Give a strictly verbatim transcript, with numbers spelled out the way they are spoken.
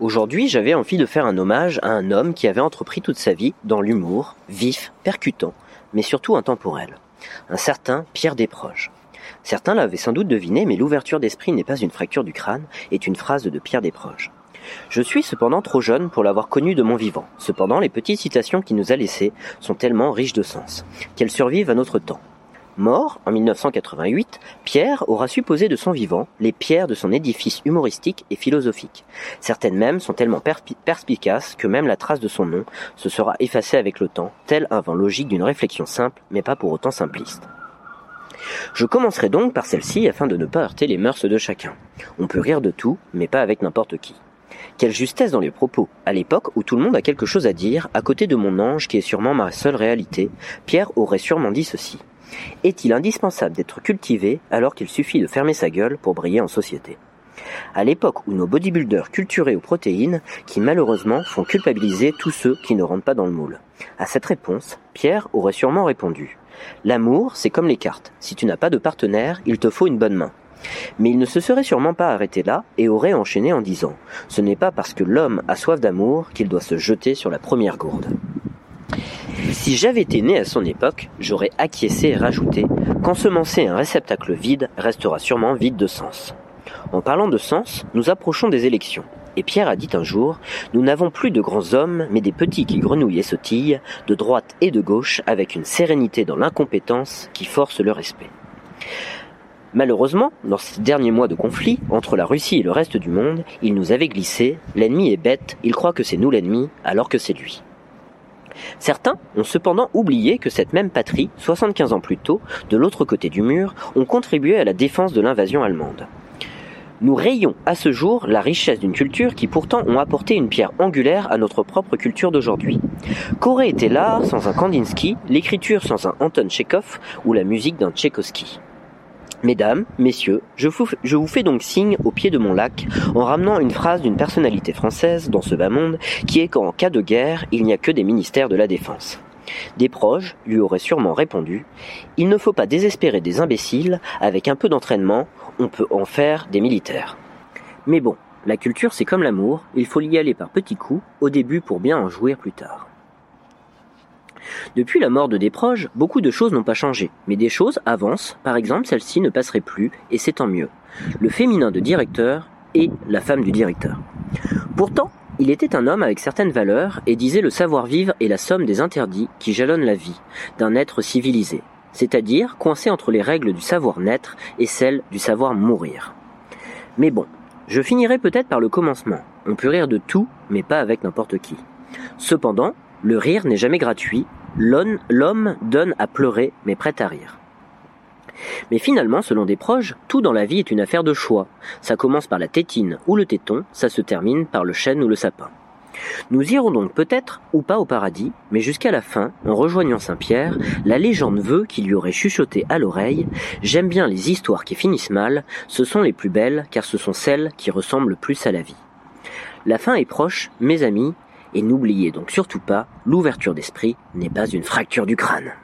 Aujourd'hui, j'avais envie de faire un hommage à un homme qui avait entrepris toute sa vie dans l'humour, vif, percutant, mais surtout intemporel. Un certain Pierre Desproges. Certains l'avaient sans doute deviné, mais l'ouverture d'esprit n'est pas une fracture du crâne, est une phrase de Pierre Desproges. Je suis cependant trop jeune pour l'avoir connu de mon vivant. Cependant, les petites citations qu'il nous a laissées sont tellement riches de sens, qu'elles survivent à notre temps. Mort en mille neuf cent quatre-vingt-huit, Pierre aura su poser de son vivant les pierres de son édifice humoristique et philosophique. Certaines même sont tellement perspi- perspicaces que même la trace de son nom se sera effacée avec le temps, tel un vent logique d'une réflexion simple, mais pas pour autant simpliste. Je commencerai donc par celle-ci afin de ne pas heurter les mœurs de chacun. On peut rire de tout, mais pas avec n'importe qui. Quelle justesse dans les propos. À l'époque où tout le monde a quelque chose à dire, à côté de mon ange qui est sûrement ma seule réalité, Pierre aurait sûrement dit ceci. Est-il indispensable d'être cultivé alors qu'il suffit de fermer sa gueule pour briller en société ? À l'époque où nos bodybuilders culturés aux protéines, qui malheureusement font culpabiliser tous ceux qui ne rentrent pas dans le moule. À cette réponse, Pierre aurait sûrement répondu « L'amour, c'est comme les cartes. Si tu n'as pas de partenaire, il te faut une bonne main. » Mais il ne se serait sûrement pas arrêté là et aurait enchaîné en disant « Ce n'est pas parce que l'homme a soif d'amour qu'il doit se jeter sur la première gourde. » Si j'avais été né à son époque, j'aurais acquiescé et rajouté « Qu'ensemencer un réceptacle vide restera sûrement vide de sens. » En parlant de sens, nous approchons des élections. Et Pierre a dit un jour « Nous n'avons plus de grands hommes, mais des petits qui grenouillent et sautillent, de droite et de gauche, avec une sérénité dans l'incompétence qui force le respect. » Malheureusement, dans ces derniers mois de conflit, entre la Russie et le reste du monde, il nous avait glissé « L'ennemi est bête, il croit que c'est nous l'ennemi, alors que c'est lui. » Certains ont cependant oublié que cette même patrie, soixante-quinze ans plus tôt, de l'autre côté du mur, ont contribué à la défense de l'invasion allemande. Nous rayons à ce jour la richesse d'une culture qui pourtant ont apporté une pierre angulaire à notre propre culture d'aujourd'hui. Qu'aurait été l'art sans un Kandinsky, l'écriture sans un Anton Tchekhov ou la musique d'un Tchaïkovski ? Mesdames, messieurs, je vous, je vous fais donc signe au pied de mon lac en ramenant une phrase d'une personnalité française dans ce bas monde qui est qu'en cas de guerre, il n'y a que des ministères de la Défense. Desproges lui aurait sûrement répondu « Il ne faut pas désespérer des imbéciles, avec un peu d'entraînement, on peut en faire des militaires. » Mais bon, la culture c'est comme l'amour, il faut y aller par petits coups, au début pour bien en jouir plus tard. Depuis la mort de Desproges, beaucoup de choses n'ont pas changé, mais des choses avancent, par exemple celle-ci ne passerait plus, et c'est tant mieux. Le féminin de directeur et la femme du directeur. Pourtant, il était un homme avec certaines valeurs et disait le savoir-vivre est la somme des interdits qui jalonnent la vie d'un être civilisé, c'est-à-dire coincé entre les règles du savoir-naître et celles du savoir-mourir. Mais bon, je finirai peut-être par le commencement. On peut rire de tout, mais pas avec n'importe qui. Cependant, le rire n'est jamais gratuit, l'homme, l'homme donne à pleurer, mais prête à rire. Mais finalement, selon Desproges, tout dans la vie est une affaire de choix. Ça commence par la tétine ou le téton, ça se termine par le chêne ou le sapin. Nous irons donc peut-être ou pas au paradis, mais jusqu'à la fin, en rejoignant Saint-Pierre, la légende veut qu'il lui aurait chuchoté à l'oreille « J'aime bien les histoires qui finissent mal, ce sont les plus belles car ce sont celles qui ressemblent le plus à la vie. » La fin est proche, mes amis, et n'oubliez donc surtout pas, l'ouverture d'esprit n'est pas une fracture du crâne.